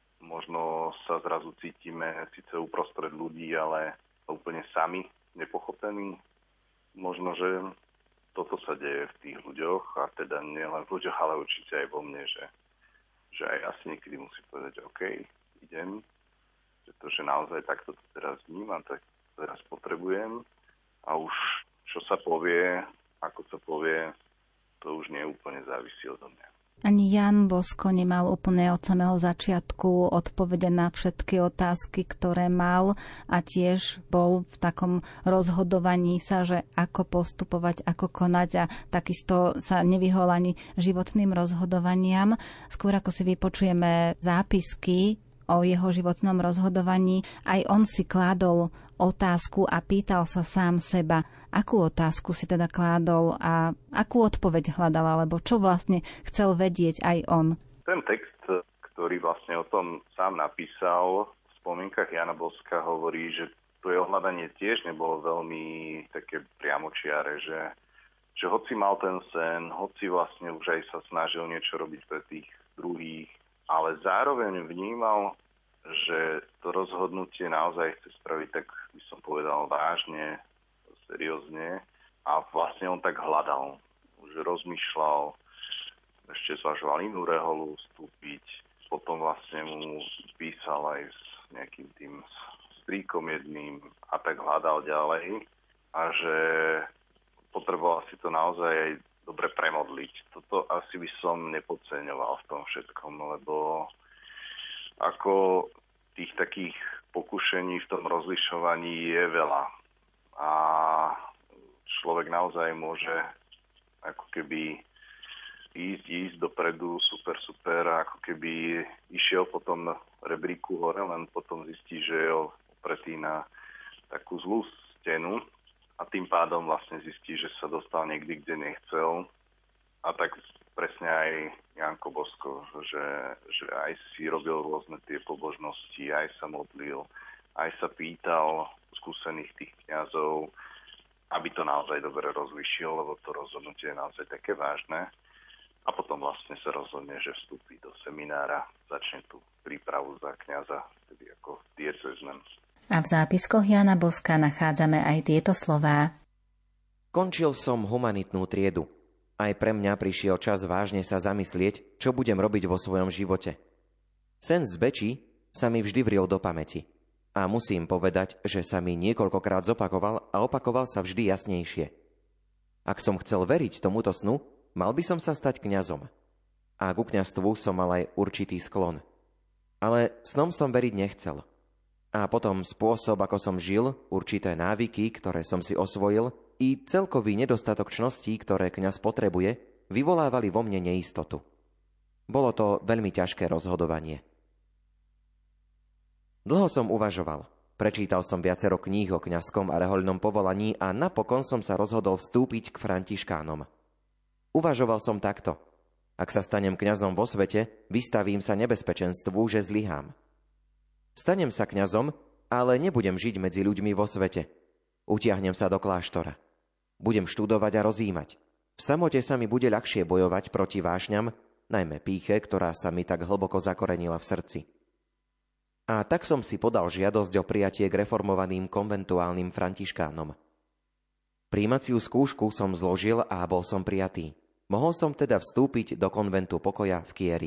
Možno sa zrazu cítime síce uprostred ľudí, ale úplne sami, nepochopení. Možno, že toto sa deje v tých ľuďoch, a teda nielen v ľuďoch, ale určite aj vo mne, že, že aj asi niekedy musím povedať, OK, idem, pretože naozaj takto to teraz vnímam, tak teraz potrebujem a už čo sa povie, ako sa povie, to už nie úplne závisí odo mňa. Ani Jan Bosko nemal úplne od samého začiatku odpovede na všetky otázky, ktoré mal a tiež bol v takom rozhodovaní sa, že ako postupovať, ako konať a takisto sa nevyhol ani životným rozhodovaniam. Skôr ako si vypočujeme zápisky o jeho životnom rozhodovaní, aj on si kládol otázku a pýtal sa sám seba, akú otázku si teda kládol a akú odpoveď hľadal, alebo čo vlastne chcel vedieť aj on. Ten text, ktorý vlastne o tom sám napísal, v spomienkach Jana Boska hovorí, že to jeho hľadanie tiež nebolo veľmi také priamočiare, že, že hoci mal ten sen, hoci vlastne už aj sa snažil niečo robiť pre tých druhých, ale zároveň vnímal, že to rozhodnutie naozaj chce spraviť, tak by som povedal, vážne, seriózne. A vlastne on tak hľadal, už rozmýšľal, ešte zvažoval inú reholu vstúpiť, potom vlastne mu písal aj s nejakým tým strýkom jedným a tak hľadal ďalej a že potreboval si to naozaj aj dobre premodliť. Toto asi by som nepodceňoval v tom všetkom, lebo ako tých takých pokušení v tom rozlišovaní je veľa. A človek naozaj môže ako keby ísť, ísť dopredu, super, super, a ako keby išiel po tom rebríku hore, len potom zistí, že je opretý na takú zlú stenu a tým pádom vlastne zistí, že sa dostal niekde, kde nechcel. A tak presne aj Janko Bosko, že, že aj si robil rôzne tie pobožnosti, aj sa modlil, aj sa pýtal skúsených tých kňazov, aby to naozaj dobre rozlišil, lebo to rozhodnutie je naozaj také vážne. A potom vlastne sa rozhodne, že vstúpi do seminára, začne tú prípravu za kňaza, tedy ako diecéznen. A v zápiskoch Jána Boska nachádzame aj tieto slová. Končil som humanitnú triedu. Aj pre mňa prišiel čas vážne sa zamyslieť, čo budem robiť vo svojom živote. Sen z Bečí sa mi vždy vril do pamäti. A musím povedať, že sa mi niekoľkokrát zopakoval a opakoval sa vždy jasnejšie. Ak som chcel veriť tomuto snu, mal by som sa stať kňazom. A ku kňazstvu som mal aj určitý sklon. Ale snom som veriť nechcel. A potom spôsob, ako som žil, určité návyky, ktoré som si osvojil, i celkový nedostatok čností, ktoré kňaz potrebuje, vyvolávali vo mne neistotu. Bolo to veľmi ťažké rozhodovanie. Dlho som uvažoval. Prečítal som viacero kníh o kňazskom a rehoľnom povolaní a napokon som sa rozhodol vstúpiť k františkánom. Uvažoval som takto. Ak sa stanem kňazom vo svete, vystavím sa nebezpečenstvu, že zlyhám. Stanem sa kňazom, ale nebudem žiť medzi ľuďmi vo svete. Utiahnem sa do kláštora. Budem študovať a rozímať. V samote sa mi bude ľahšie bojovať proti vášňam, najmä pýche, ktorá sa mi tak hlboko zakorenila v srdci. A tak som si podal žiadosť o prijatie k reformovaným konventuálnym františkánom. Prijímaciu skúšku som zložil a bol som prijatý. Mohol som teda vstúpiť do konventu pokoja v Chieri.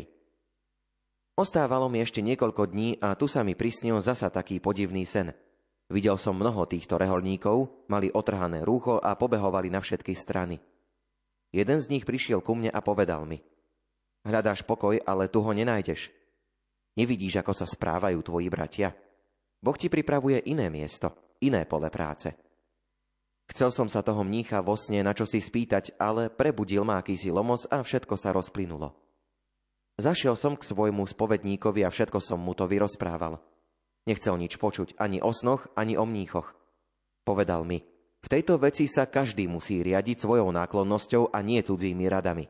Ostávalo mi ešte niekoľko dní a tu sa mi prisnil zasa taký podivný sen. Videl som mnoho týchto rehoľníkov, mali otrhané rúcho a pobehovali na všetky strany. Jeden z nich prišiel ku mne a povedal mi: Hľadáš pokoj, ale tu ho nenájdeš. Nevidíš, ako sa správajú tvoji bratia? Boh ti pripravuje iné miesto, iné pole práce. Chcel som sa toho mnícha vo sne na čo si spýtať, ale prebudil ma akýsi lomos a všetko sa rozplynulo. Zašiel som k svojmu spovedníkovi a všetko som mu to vyrozprával. Nechcel nič počuť ani o snoch, ani o mníchoch. Povedal mi: v tejto veci sa každý musí riadiť svojou náklonnosťou a nie cudzími radami.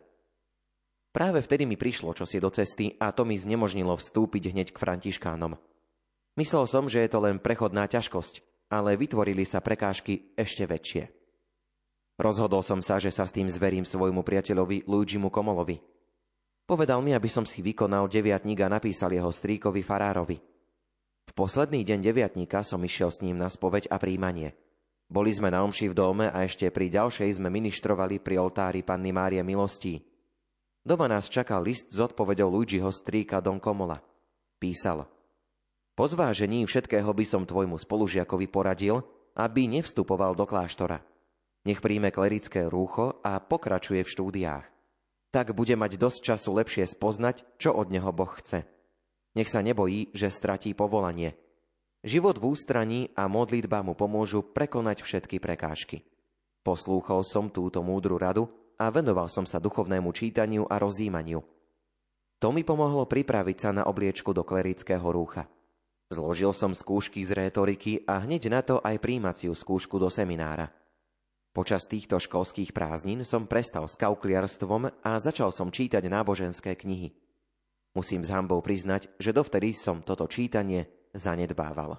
Práve vtedy mi prišlo čosi do cesty a to mi znemožnilo vstúpiť hneď k františkánom. Myslel som, že je to len prechodná ťažkosť, ale vytvorili sa prekážky ešte väčšie. Rozhodol som sa, že sa s tým zverím svojmu priateľovi Luigimu Komolovi. Povedal mi, aby som si vykonal deviatnik a napísal jeho strýkovi farárovi. V posledný deň deviatnika som išiel s ním na spoveď a príjmanie. Boli sme na omši v dome a ešte pri ďalšej sme ministrovali pri oltári Panny Márie milostí. Doma nás čakal list s odpoveďou Luigiho strýka Don Komola. Písal: Po zvážení všetkého by som tvojmu spolužiakovi poradil, aby nevstupoval do kláštora. Nech príjme klerické rúcho a pokračuje v štúdiách. Tak bude mať dosť času lepšie spoznať, čo od neho Boh chce. Nech sa nebojí, že stratí povolanie. Život v ústraní a modlitba mu pomôžu prekonať všetky prekážky. Poslúchol som túto múdru radu a venoval som sa duchovnému čítaniu a rozjímaniu. To mi pomohlo pripraviť sa na obliečku do klerického rúcha. Zložil som skúšky z rétoriky a hneď na to aj prijímaciu skúšku do seminára. Počas týchto školských prázdnin som prestal s kaukliarstvom a začal som čítať náboženské knihy. Musím s hanbou priznať, že dovtedy som toto čítanie zanedbával.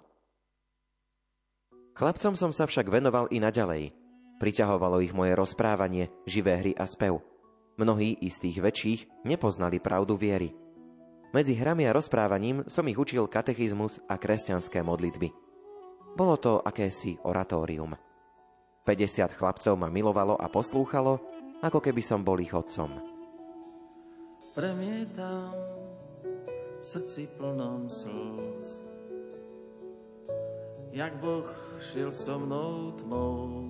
Chlapcom som sa však venoval i naďalej. Priťahovalo ich moje rozprávanie, živé hry a spev. Mnohí z tých väčších nepoznali pravdu viery. Medzi hrami a rozprávaním som ich učil katechizmus a kresťanské modlitby. Bolo to akési oratórium. päťdesiat chlapcov ma milovalo a poslúchalo, ako keby som bol ich otcom. Premietam srdci plnom slz. Jak Boh šiel so mnou tmou,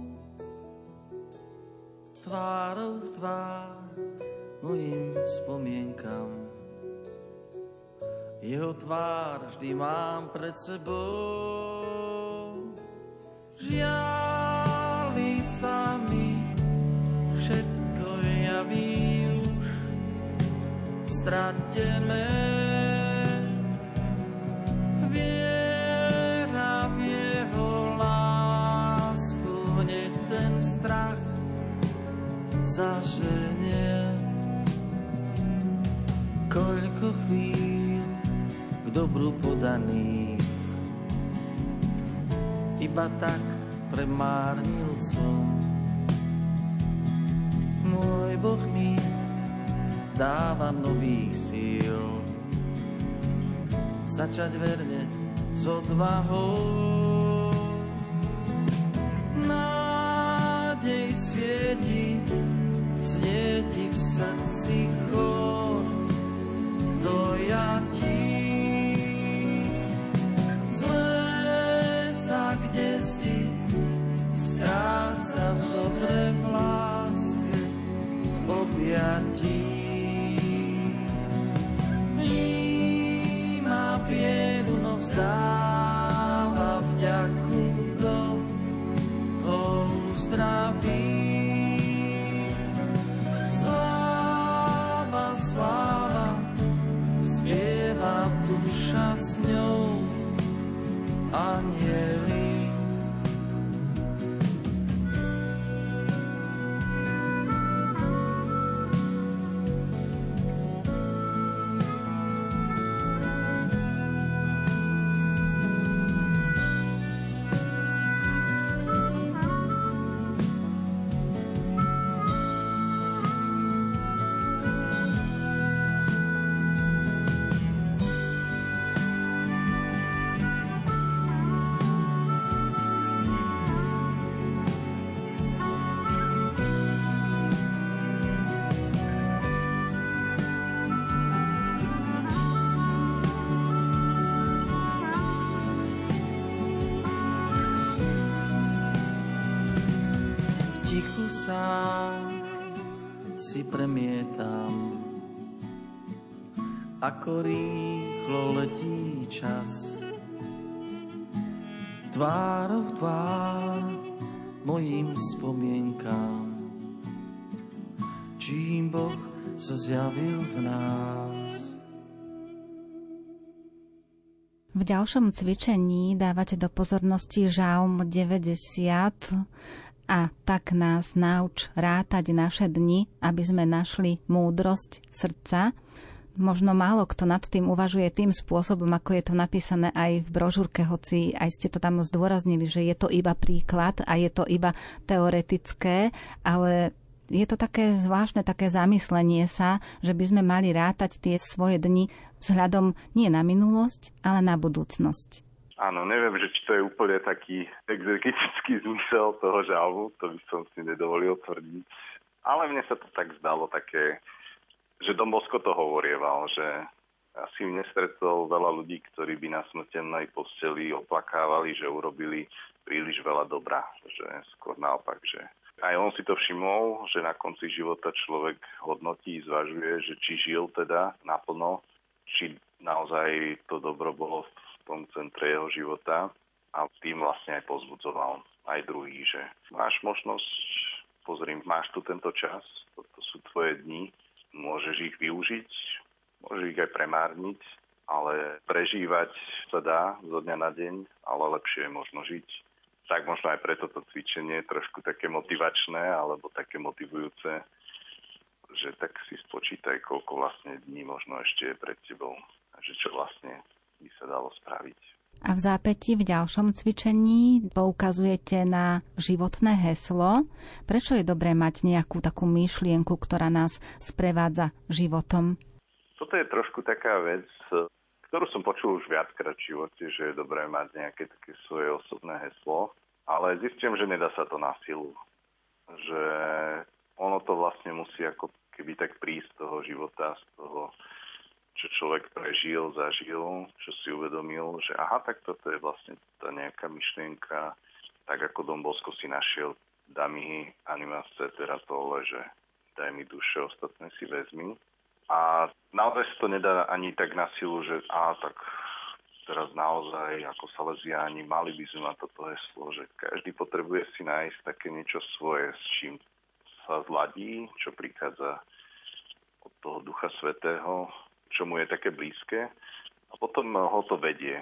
tvárou v tvár mojim spomienkam. Jeho tvár vždy mám pred sebou. Žiali sa mi, všetko javí už stratené. Viera v jeho lásku hneď ten strach zaženie. Koľko chvíľ k dobru podaných iba tak premárnil som. Môj Boh mi dáva nových síl začať verne s odvahou. Nádej svieti, svieti v srdci chod dojatí. Zlé sa kdesi stráca v dobre v láske objatí. Vníma biedu, no vzdáva vďaku, kto ho uzdraví. Sláva, sláva, spieva duša s ňou, anjeli. Si premietam, ako rýchlo letí čas. Tvárou v tvár mojim spomienkám, čím Boh sa zjavil v nás. V ďalšom cvičení dávate do pozornosti Žalm deväťdesiat a tak nás nauč rátať naše dni, aby sme našli múdrosť srdca. Možno málo kto nad tým uvažuje tým spôsobom, ako je to napísané aj v brožúrke, hoci aj ste to tam zdôraznili, že je to iba príklad a je to iba teoretické, ale je to také zvláštne, také zamyslenie sa, že by sme mali rátať tie svoje dni vzhľadom nie na minulosť, ale na budúcnosť. Áno, neviem, že či to je úplne taký exegetický zmysel toho žalmu, to by som si nedovolil tvrdiť. Ale mne sa to tak zdalo také, že Don Bosco to hovorieval, že asi nestretol veľa ľudí, ktorí by na smrteľnej posteli oplakávali, že urobili príliš veľa dobra. Že skôr naopak, že aj on si to všimol, že na konci života človek hodnotí, zvažuje, že či žil teda naplno, či naozaj to dobro bolo v tom centre jeho života, a tým vlastne aj pozbudzoval aj druhý, že máš možnosť, pozriem, máš tu tento čas, toto sú tvoje dni, môžeš ich využiť, môžeš ich aj premárniť, ale prežívať sa dá zo dňa na deň, ale lepšie je možno žiť. Tak možno aj preto to cvičenie je trošku také motivačné alebo také motivujúce, že tak si spočítaj, koľko vlastne dní možno ešte je pred tebou a že čo vlastne by sa dalo spraviť. A v zápäti v ďalšom cvičení poukazujete na životné heslo. Prečo je dobré mať nejakú takú myšlienku, ktorá nás sprevádza životom? Toto je trošku taká vec, ktorú som počul už viackrát v živote, že je dobré mať nejaké také svoje osobné heslo, ale zistím, že nedá sa to na silu. Že ono to vlastne musí ako keby tak prísť z toho života, z toho, čo čo človek prežil, zažil, čo si uvedomil, že aha, tak toto je vlastne tá nejaká myšlienka, tak ako Don Bosco si našiel dami animas cetera tohle, že daj mi duše, ostatné si vezmi. A naozaj sa to nedá ani tak na silu, že á, tak teraz naozaj ako Salesiáni mali by sme mať toto heslo, že každý potrebuje si nájsť také niečo svoje, s čím sa zladí, čo prichádza od toho Ducha Svätého, čo mu je také blízke a potom ho to vedie.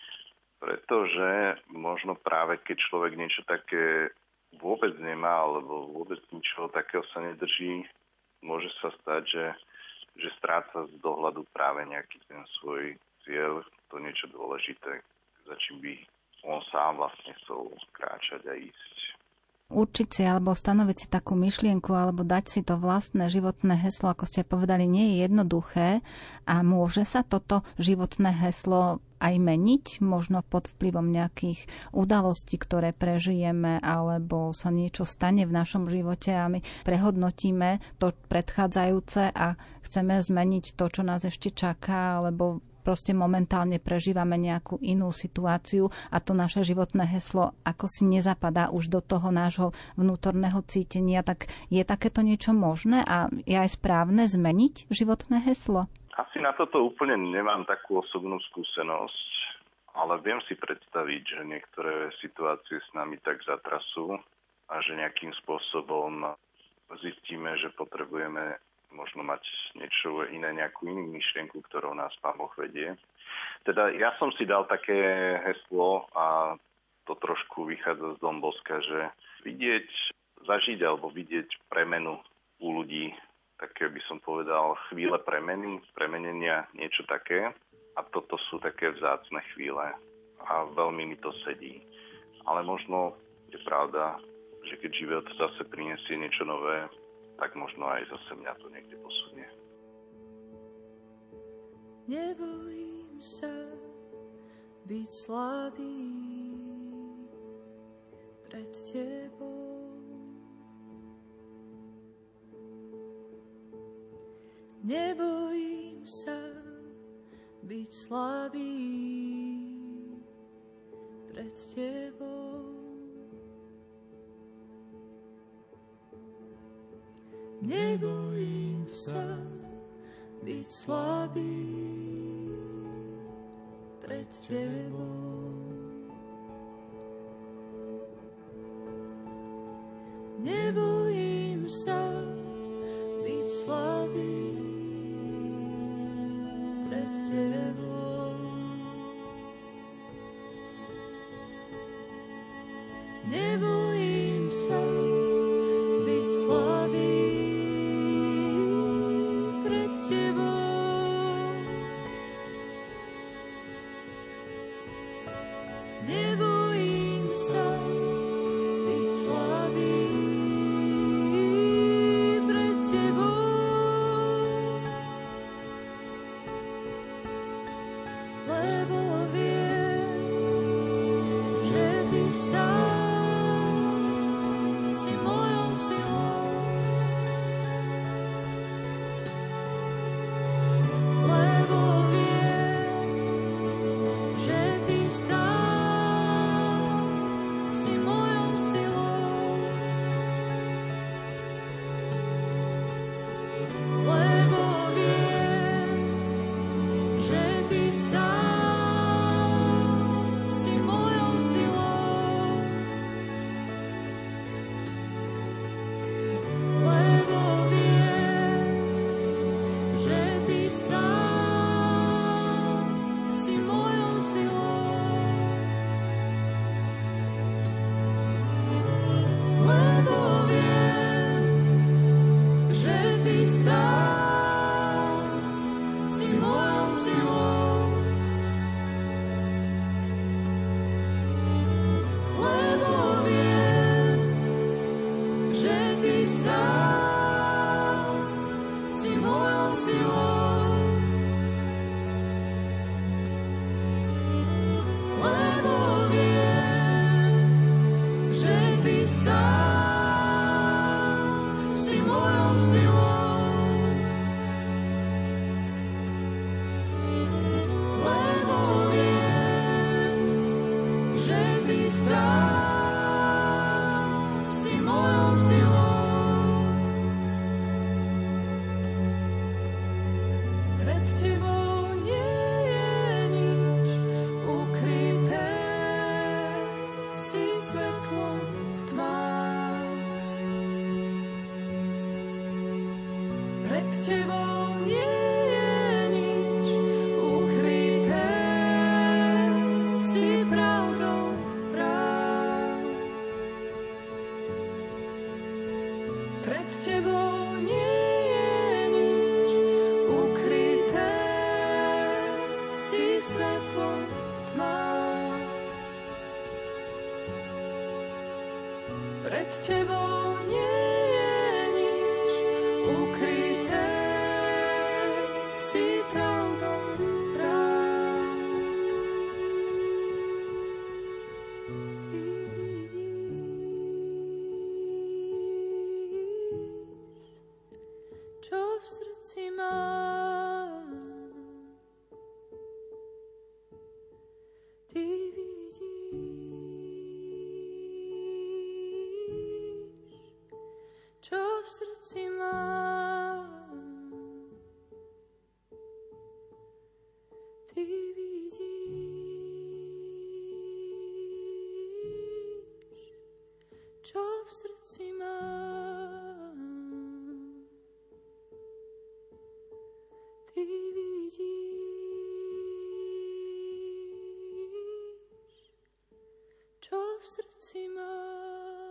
Pretože možno práve keď človek niečo také vôbec nemá, alebo vôbec ničoho takého sa nedrží, môže sa stať, že, že stráca z dohľadu práve nejaký ten svoj cieľ, to niečo dôležité, za čím by on sám vlastne chcel kráčať a ísť. Určiť si alebo stanoviť si takú myšlienku alebo dať si to vlastné životné heslo, ako ste povedali, nie je jednoduché a môže sa toto životné heslo aj meniť, možno pod vplyvom nejakých udalostí, ktoré prežijeme, alebo sa niečo stane v našom živote a my prehodnotíme to predchádzajúce a chceme zmeniť to, čo nás ešte čaká, alebo proste momentálne prežívame nejakú inú situáciu a to naše životné heslo ako si nezapadá už do toho nášho vnútorného cítenia, tak je takéto niečo možné a je aj správne zmeniť životné heslo? Asi na toto úplne nemám takú osobnú skúsenosť, ale viem si predstaviť, že niektoré situácie s nami tak zatrasú a že nejakým spôsobom zistíme, že potrebujeme možno mať niečo iné, nejakú inú myšlienku, ktorou nás Pán Boh vedie. Teda ja som si dal také heslo a to trošku vychádza z Don Bosca, že vidieť, zažiť alebo vidieť premenu u ľudí, také by som povedal chvíle premeny, premenenia, niečo také. A toto sú také vzácne chvíle a veľmi mi to sedí. Ale možno je pravda, že keď život zase prinesie niečo nové, tak možno aj zase mňa to niekde posunie. Nebojím sa byť slabý pred tebou. Nebojím sa byť slabý pred tebou. Nebojím sa byť slabý pred tebou. Nebojím sa byť slabý pred tebou. Nebojím sa byť slabý pred tebou. Nebojím sa byť slabý pred tebou, lebo viem, že ty sám si mojou silou. Lebo viem, že ty sám si mojou silou. Lebo viem, že ty sám si mojou silou. Lebo viem, že ty sám si mojou silou. Lebo viem, že ty sám si mojou silou. Lebo viem, že ty sám si mojou silou. Lebo viem, že ty sám si mojou silou. svetlo v tmách. Pred tebou nie je nič ukryté, si pravdou práv. Ty vidíš, čo v srdci mám. Ty čo v srdci mám. Ty vidíš, čo v srdci mám. Ty vidíš, čo v srdci mám.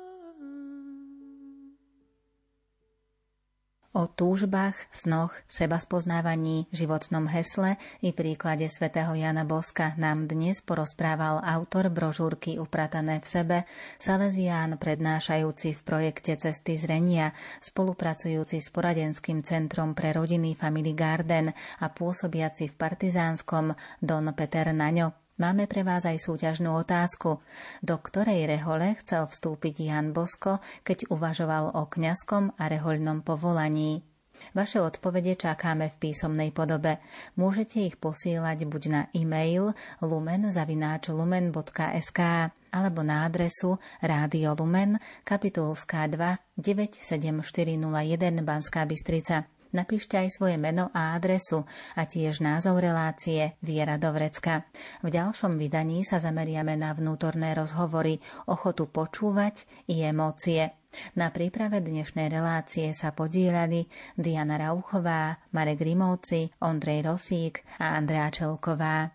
O túžbách, snoch, sebaspoznávaní, životnom hesle i príklade svätého Jána Boska nám dnes porozprával autor brožúrky Upratané v sebe, salezián prednášajúci v projekte Cesty zrenia, spolupracujúci s poradenským centrom pre rodiny Family Garden a pôsobiaci v Partizánskom Don Peter Naňo. Máme pre vás aj súťažnú otázku. Do ktorej rehole chcel vstúpiť Ján Bosko, keď uvažoval o kňazskom a rehoľnom povolaní? Vaše odpovede čakáme v písomnej podobe. Môžete ich posílať buď na e-mail lumen zavináč lumen bodka es ká alebo na adresu Rádio Lumen, Kapitulská dva, deväť sedem štyri nula jeden Banská Bystrica. Napíšte aj svoje meno a adresu a tiež názov relácie Viera do vrecka. V ďalšom vydaní sa zameriame na vnútorné rozhovory, ochotu počúvať i emócie. Na príprave dnešnej relácie sa podieľali Diana Rauchová, Marek Rimovci, Ondrej Rosík a Andrea Čelková.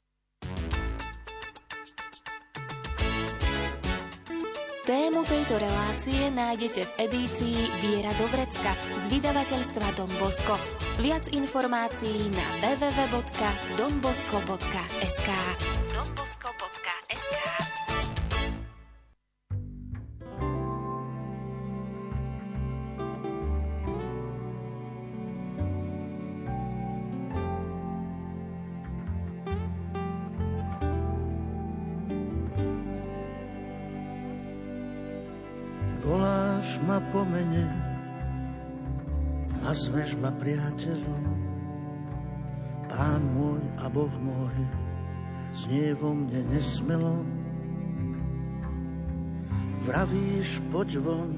Tému tejto relácie nájdete v edícii Viera do vrecka z vydavateľstva Don Bosco. Viac informácií na w w w bodka don bosco bodka es ká. don bosco bodka es ká. Voláš ma po mene a zveš ma priateľom. Pán môj a Boh môj, znie vo mne nesmelo. Vravíš, poď von,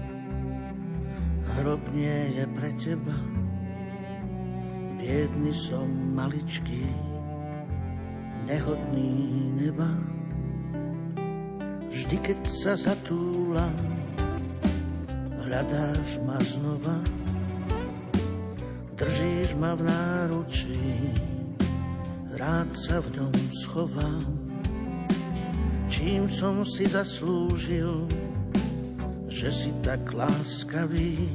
hrob nie je pre teba. Biedný som maličký, nehodný neba. Vždy, keď sa zatúlam, hľadáš ma znova, držíš ma v náručí, rád sa v ňom schovám. Čím som si zaslúžil, že si tak láskavý,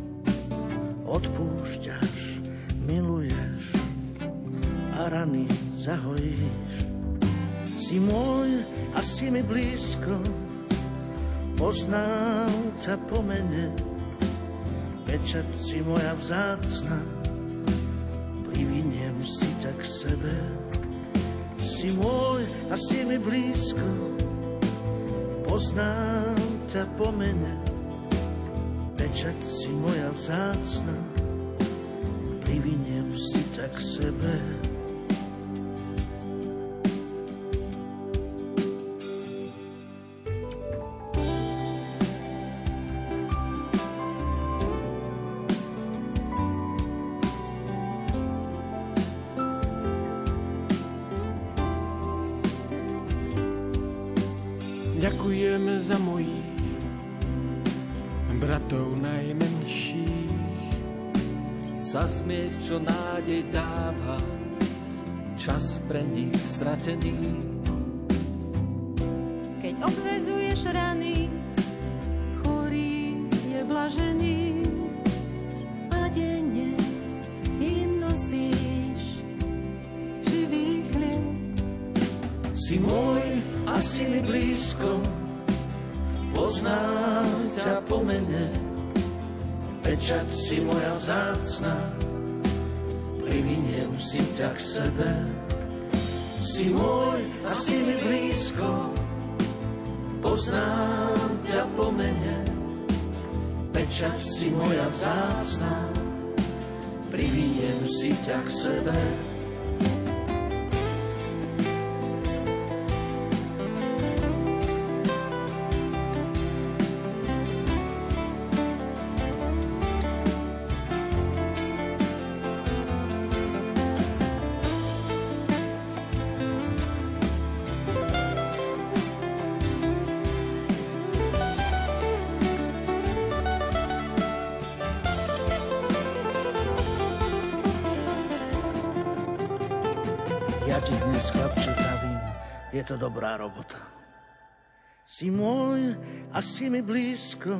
odpúšťaš, miluješ a rany zahojíš. Si môj a si mi blízko, poznám ťa po mene, pečať si moja vzácna, priviniem si ťa k sebe. Si môj a si mi blízko, poznám ťa po mene, pečať si moja vzácna, priviniem si ťa k sebe. Ďakujem za mojich bratov najmenších, za smiech, čo nádej dáva, čas pre nich stratený. Keď obvezuješ rany, chorý je blažený a denne im nosíš živý chlieb. Si môj a si mi blízko, poznám ťa po mene. Pečať si moja vzácna, priviniem si ťa k sebe. Si môj a si mi blízko, poznám ťa po mene. Pečať si moja vzácna, priviniem si ťa k sebe. Ja ti dnes, chlapče, pravím, je to dobrá robota. Si môj a si mi blízko,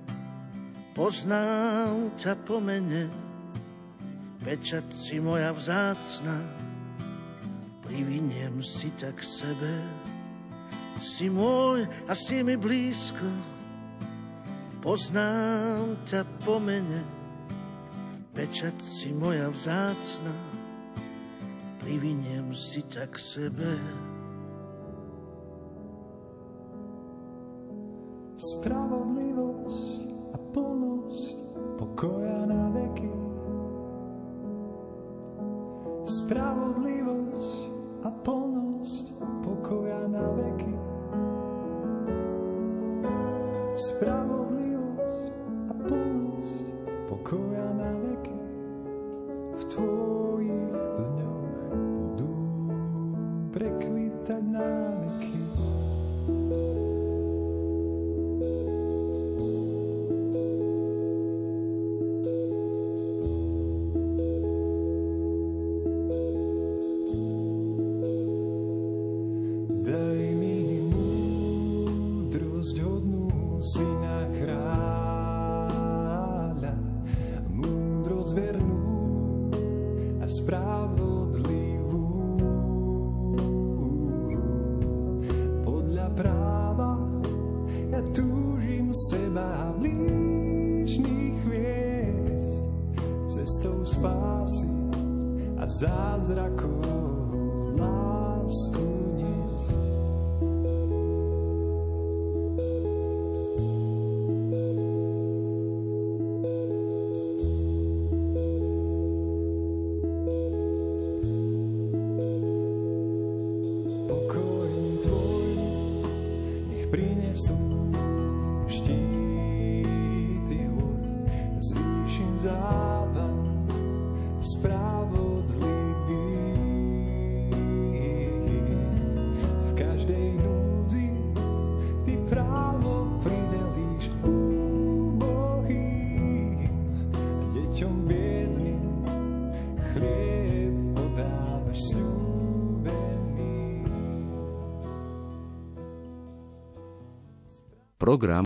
poznám ťa po mene. Pečať si moja vzácna, priviniem si ťa k sebe. Si môj a si mi blízko, poznám ťa po mene. Pečať si moja vzácna, priviniem si ťa k sebe. Spravodlivosť a plnosť pokoja na veky. Spravodlivosť a plnosť pokoja na veky. Spravodlivosť a plnosť pokoja na veky. V tvojich dňoch budú prekvitať náveky. Daj mi múdrosť hodnú syna kráľa, múdrosť vernú a spravodlivú. Podľa práva ja túžim seba a blížnych viesť cestou spásy a zázrakov lásku niesť. Prinesú štíty hôr, zvýšim závan spravodlivý. V každej núdzi ty právo pridelíš úbohým, deťom biedným chlieb podávaš sľúbený. Program